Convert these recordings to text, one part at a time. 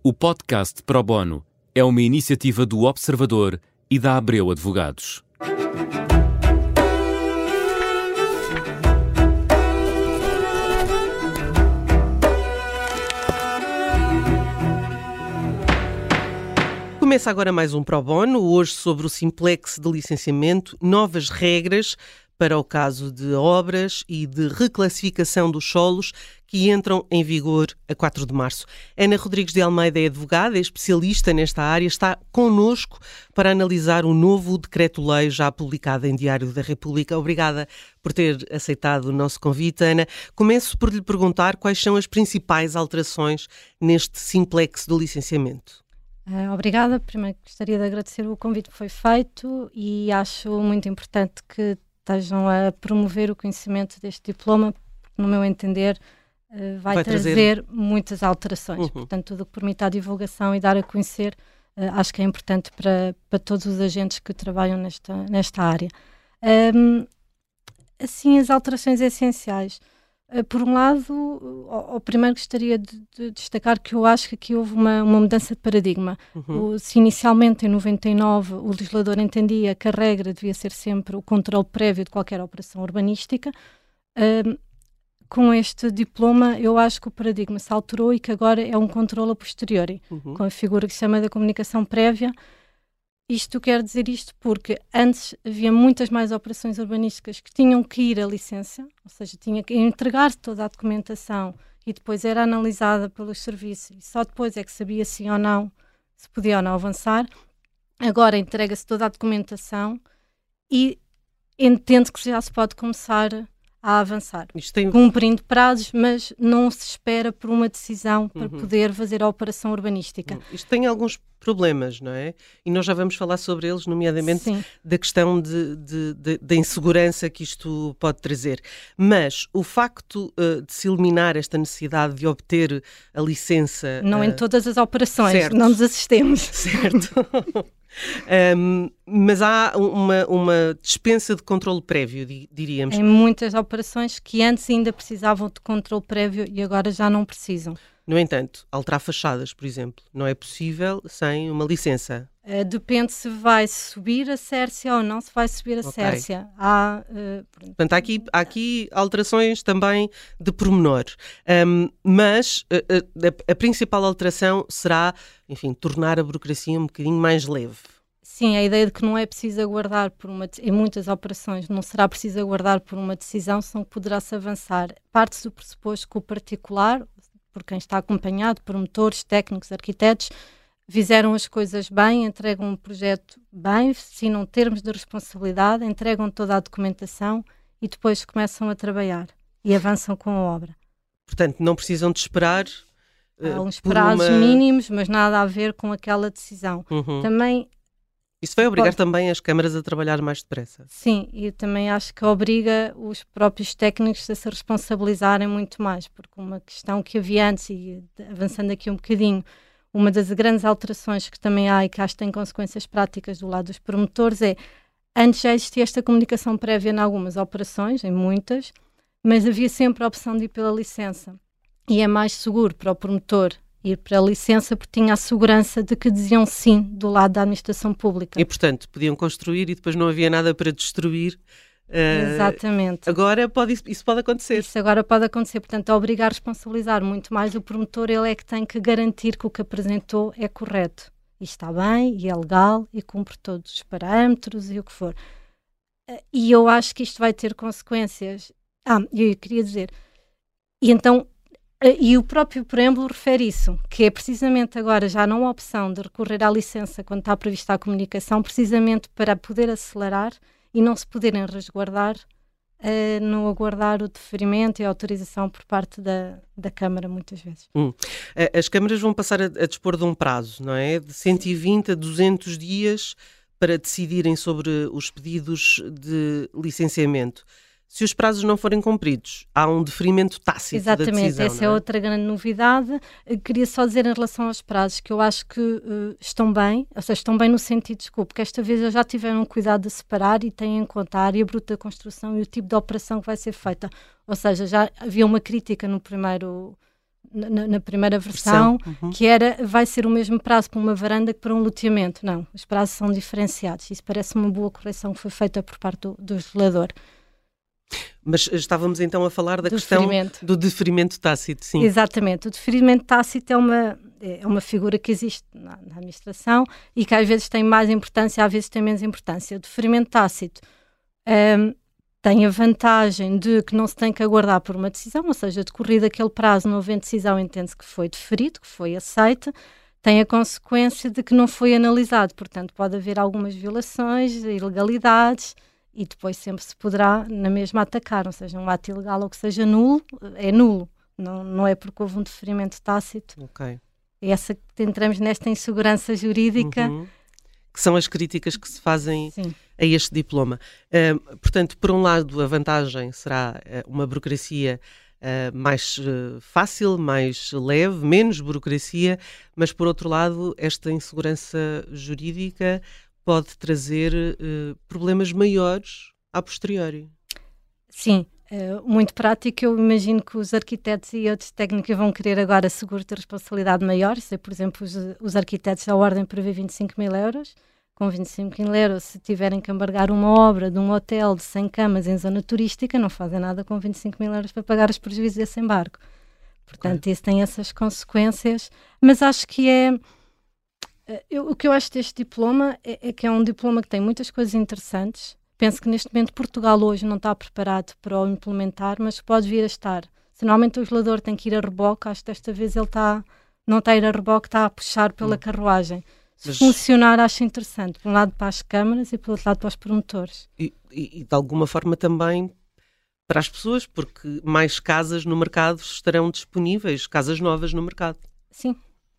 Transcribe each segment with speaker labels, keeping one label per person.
Speaker 1: O podcast Pro Bono é uma iniciativa do Observador e da Abreu Advogados.
Speaker 2: Começa agora mais um Pro Bono, hoje sobre o simplex de licenciamento, novas regras para o caso de obras e de reclassificação dos solos que entram em vigor a 4 de março. Ana Rodrigues de Almeida é advogada, é especialista nesta área, está connosco para analisar o novo decreto-lei já publicado em Diário da República. Obrigada por ter aceitado o nosso convite, Ana. Começo por lhe perguntar quais são as principais alterações neste simplex do licenciamento.
Speaker 3: Obrigada. Primeiro gostaria de agradecer o convite que foi feito e acho muito importante que estejam a promover o conhecimento deste diploma, porque, no meu entender, vai trazer muitas alterações. Portanto, tudo o que permite a divulgação e dar a conhecer, acho que é importante para todos os agentes que trabalham nesta área. Assim, as alterações essenciais. Por um lado, primeiro gostaria de destacar que eu acho que aqui houve uma mudança de paradigma. Se inicialmente, em 99, o legislador entendia que a regra devia ser sempre o controle prévio de qualquer operação urbanística, com este diploma eu acho que o paradigma se alterou e que agora é um controle a posteriori, com a figura que se chama da comunicação prévia. Isto quer dizer isto porque antes havia muitas mais operações urbanísticas que tinham que ir à licença, ou seja, tinha que entregar toda a documentação e depois era analisada pelos serviços e só depois é que sabia se ou não, se podia ou não avançar. Agora entrega-se toda a documentação e entende que já se pode começar a avançar, cumprindo prazos, mas não se espera por uma decisão para poder fazer a operação urbanística.
Speaker 2: Isto tem alguns problemas, não é? E nós já vamos falar sobre eles, nomeadamente da questão da insegurança que isto pode trazer. Mas o facto de se eliminar esta necessidade de obter a licença...
Speaker 3: Não em todas as operações,
Speaker 2: certo.
Speaker 3: Não nos assistemos.
Speaker 2: Certo. Mas há uma dispensa de controle prévio, diríamos.
Speaker 3: Em muitas operações que antes ainda precisavam de controle prévio e agora já não precisam.
Speaker 2: No entanto, alterar fachadas, por exemplo, não é possível sem uma licença.
Speaker 3: Depende se vai subir a Sércia ou não, se vai subir a Sércia.
Speaker 2: Portanto, há aqui alterações também de pormenor. Mas a principal alteração será, enfim, tornar a burocracia um bocadinho mais leve.
Speaker 3: Sim, a ideia de que não é preciso aguardar em muitas operações, não será preciso aguardar por uma decisão, senão que poderá-se avançar. Parte-se do pressuposto que o particular, por quem está acompanhado, promotores, técnicos, arquitetos, fizeram as coisas bem, entregam um projeto bem, assinam termos de responsabilidade, entregam toda a documentação e depois começam a trabalhar e avançam com a obra.
Speaker 2: Portanto, não precisam de esperar...
Speaker 3: Há uns prazos mínimos, mas nada a ver com aquela decisão. Também...
Speaker 2: Isso vai obrigar também as câmaras a trabalhar mais depressa.
Speaker 3: Sim, e eu também acho que obriga os próprios técnicos a se responsabilizarem muito mais, porque uma questão que havia antes, e avançando aqui um bocadinho, uma das grandes alterações que também há e que acho que tem consequências práticas do lado dos promotores é, antes já existia esta comunicação prévia em algumas operações, em muitas, mas havia sempre a opção de ir pela licença. E é mais seguro para o promotor ir para a licença porque tinha a segurança de que diziam sim do lado da administração pública.
Speaker 2: E, portanto, podiam construir e depois não havia nada para destruir.
Speaker 3: Exatamente.
Speaker 2: Agora isso pode acontecer.
Speaker 3: Isso agora pode acontecer. Portanto, é obrigar a responsabilizar muito mais o promotor. Ele é que tem que garantir que o que apresentou é correto. E está bem, e é legal, e cumpre todos os parâmetros e o que for. E eu acho que isto vai ter consequências. Eu queria dizer... E então... E o próprio preâmbulo refere isso, que é precisamente agora já não a opção de recorrer à licença quando está prevista a comunicação, precisamente para poder acelerar e não se poderem resguardar, não aguardar o deferimento e a autorização por parte da Câmara, muitas vezes.
Speaker 2: As câmaras vão passar a dispor de um prazo, não é? De 120 a 200 dias para decidirem sobre os pedidos de licenciamento. Se os prazos não forem cumpridos, há um deferimento tácito da decisão.
Speaker 3: Exatamente, essa é outra grande novidade. Queria só dizer em relação aos prazos que eu acho que estão bem, ou seja, estão bem no sentido, desculpe, que esta vez já tiveram cuidado de separar e têm em conta a área bruta da construção e o tipo de operação que vai ser feita. Ou seja, já havia uma crítica no primeiro na primeira versão, que vai ser o mesmo prazo para uma varanda que para um loteamento. Não, os prazos são diferenciados. Isso parece uma boa correção que foi feita por parte do legislador.
Speaker 2: Mas estávamos então a falar da questão do deferimento tácito, sim.
Speaker 3: Exatamente. O deferimento tácito é uma figura que existe na administração e que às vezes tem mais importância, às vezes tem menos importância. O deferimento tácito tem a vantagem de que não se tem que aguardar por uma decisão, ou seja, decorrido aquele prazo, não havendo decisão, entende-se que foi deferido, que foi aceita. Tem a consequência de que não foi analisado, portanto pode haver algumas violações, ilegalidades, e depois sempre se poderá na mesma atacar, ou seja, um ato ilegal ou que seja nulo, é nulo, não é porque houve um deferimento tácito.
Speaker 2: Ok.
Speaker 3: É essa que entramos nesta insegurança jurídica.
Speaker 2: Que são as críticas que se fazem
Speaker 3: Sim.
Speaker 2: a este diploma. Portanto, por um lado, a vantagem será uma burocracia mais fácil, mais leve, menos burocracia, mas por outro lado, esta insegurança jurídica pode trazer problemas maiores a posteriori.
Speaker 3: Sim, muito prático. Eu imagino que os arquitetos e outros técnicos vão querer agora seguros de responsabilidade maior. Se, por exemplo, os arquitetos da ordem prevê 25 mil euros. Com 25 mil euros, se tiverem que embargar uma obra de um hotel de 100 camas em zona turística, não fazem nada com 25 mil euros para pagar os prejuízos desse embargo. Portanto, isso tem essas consequências. Mas acho que o que eu acho deste diploma é que é um diploma que tem muitas coisas interessantes. Penso que neste momento Portugal hoje não está preparado para o implementar, mas pode vir a estar. Se normalmente o legislador tem que ir a reboque, acho que desta vez ele não está a ir a reboque, está a puxar pela carruagem. Se funcionar, acho interessante. Por um lado para as câmaras e por outro lado para os promotores. E
Speaker 2: de alguma forma também para as pessoas, porque mais casas no mercado estarão disponíveis, casas novas no mercado.
Speaker 3: Sim.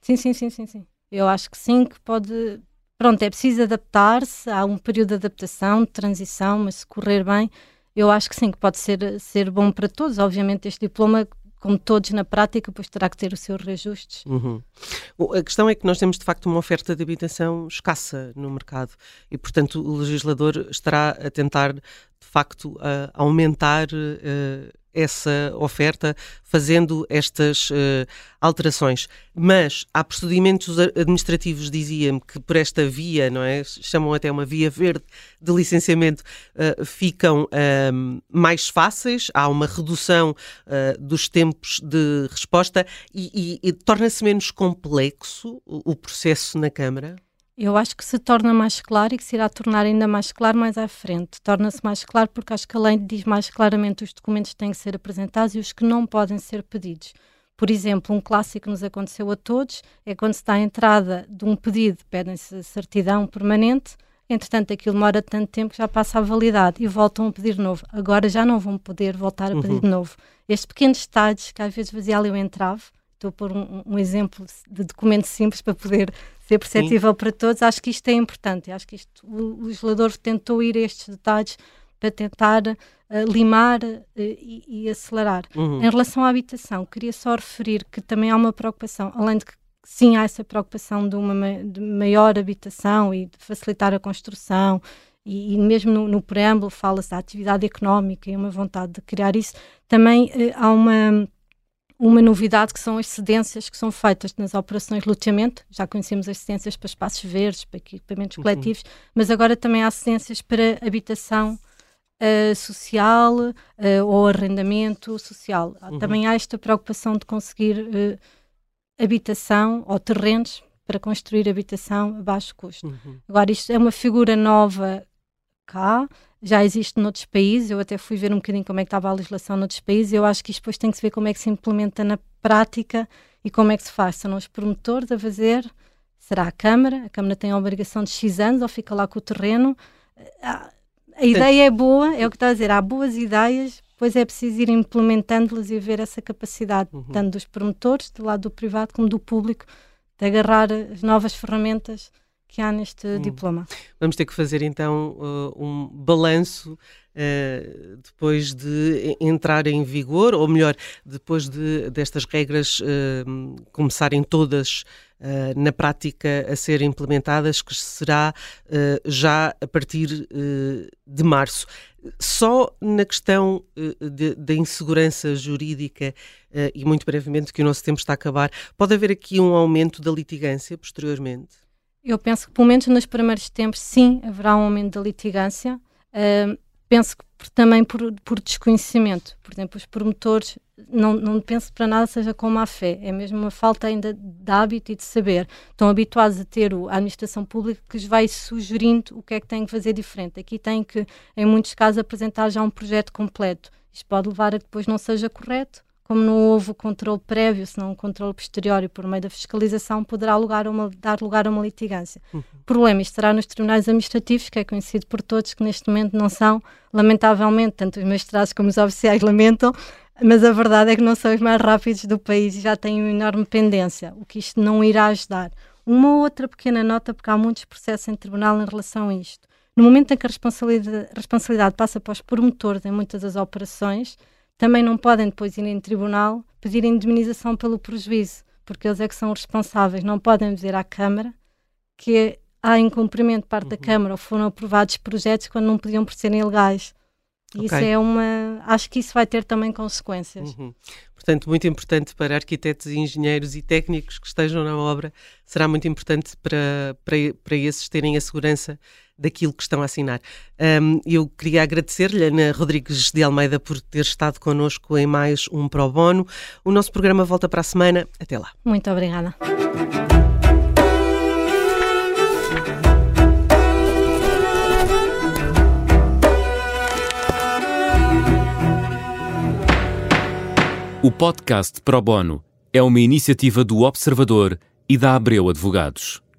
Speaker 3: Eu acho que sim, que pode... Pronto, é preciso adaptar-se, há um período de adaptação, de transição, mas se correr bem, eu acho que sim, que pode ser bom para todos. Obviamente este diploma, como todos na prática, depois terá que ter os seus reajustes.
Speaker 2: A questão é que nós temos de facto uma oferta de habitação escassa no mercado e, portanto, o legislador estará a tentar de facto aumentar essa oferta fazendo estas alterações. Mas há procedimentos administrativos, dizia-me, que por esta via, não é? Chamam até uma via verde de licenciamento, ficam mais fáceis, há uma redução dos tempos de resposta e torna-se menos complexo o processo na Câmara?
Speaker 3: Eu acho que se torna mais claro e que se irá tornar ainda mais claro mais à frente. Torna-se mais claro porque acho que a lei diz mais claramente os documentos que têm que ser apresentados e os que não podem ser pedidos. Por exemplo, um clássico que nos aconteceu a todos é quando se está à entrada de um pedido, pedem-se certidão permanente, entretanto aquilo demora tanto tempo que já passa a validade e voltam a pedir de novo. Agora já não vão poder voltar a pedir de novo. Estes pequenos detalhes que às vezes fazia ali o entrave, estou a pôr um exemplo de documento simples para poder ser perceptível para todos, acho que isto é importante. Acho que o legislador tentou ir a estes detalhes para tentar limar e acelerar. Em relação à habitação, queria só referir que também há uma preocupação, além de que sim, há essa preocupação de maior habitação e de facilitar a construção, e mesmo no preâmbulo fala-se da atividade económica e uma vontade de criar isso. Também há uma novidade que são as cedências que são feitas nas operações de loteamento. Já conhecemos as cedências para espaços verdes, para equipamentos coletivos, mas agora também há cedências para habitação social ou arrendamento social. Também há esta preocupação de conseguir habitação ou terrenos para construir habitação a baixo custo. Agora, isto é uma figura nova cá, já existe noutros países. Eu até fui ver um bocadinho como é que estava a legislação noutros países. Eu acho que isto depois tem que se ver como é que se implementa na prática e como é que se faz. São os promotores a fazer, será a Câmara tem a obrigação de X anos ou fica lá com o terreno. A ideia é boa, é o que está a dizer, há boas ideias, depois é preciso ir implementando-las e ver essa capacidade, tanto dos promotores, do lado do privado, como do público, de agarrar as novas ferramentas que há neste diploma.
Speaker 2: Vamos ter que fazer então um balanço depois de entrar em vigor, ou melhor, depois destas regras começarem todas na prática a ser implementadas, que será já a partir de março. Só na questão da insegurança jurídica, e muito brevemente, que o nosso tempo está a acabar, pode haver aqui um aumento da litigância posteriormente?
Speaker 3: Eu penso que, pelo menos nos primeiros tempos, sim, haverá um aumento da litigância. Penso que também por desconhecimento. Por exemplo, os promotores, não penso para nada seja com má fé, é mesmo uma falta ainda de hábito e de saber. Estão habituados a ter a administração pública que lhes vai sugerindo o que é que têm que fazer diferente. Aqui têm que, em muitos casos, apresentar já um projeto completo. Isto pode levar a que depois não seja correto. Como não houve o controle prévio, senão um controle posterior e por meio da fiscalização, poderá dar lugar a uma litigância. O problema estará nos tribunais administrativos, que é conhecido por todos, que neste momento não são, lamentavelmente, tanto os magistrados como os oficiais lamentam, mas a verdade é que não são os mais rápidos do país e já têm uma enorme pendência, o que isto não irá ajudar. Uma outra pequena nota, porque há muitos processos em tribunal em relação a isto. No momento em que a responsabilidade passa para os promotores em muitas das operações, também não podem depois ir em tribunal pedir indemnização pelo prejuízo, porque eles é que são responsáveis, não podem dizer à Câmara que há incumprimento de parte da Câmara ou foram aprovados projetos quando não podiam por serem ilegais. E isso acho que isso vai ter também consequências.
Speaker 2: Portanto, muito importante para arquitetos, engenheiros e técnicos que estejam na obra, será muito importante para esses terem a segurança daquilo que estão a assinar. Eu queria agradecer-lhe, Ana Rodrigues de Almeida, por ter estado connosco em mais um Pro Bono. O nosso programa volta para a semana. Até lá.
Speaker 3: Muito obrigada.
Speaker 1: O podcast Pro Bono é uma iniciativa do Observador e da Abreu Advogados.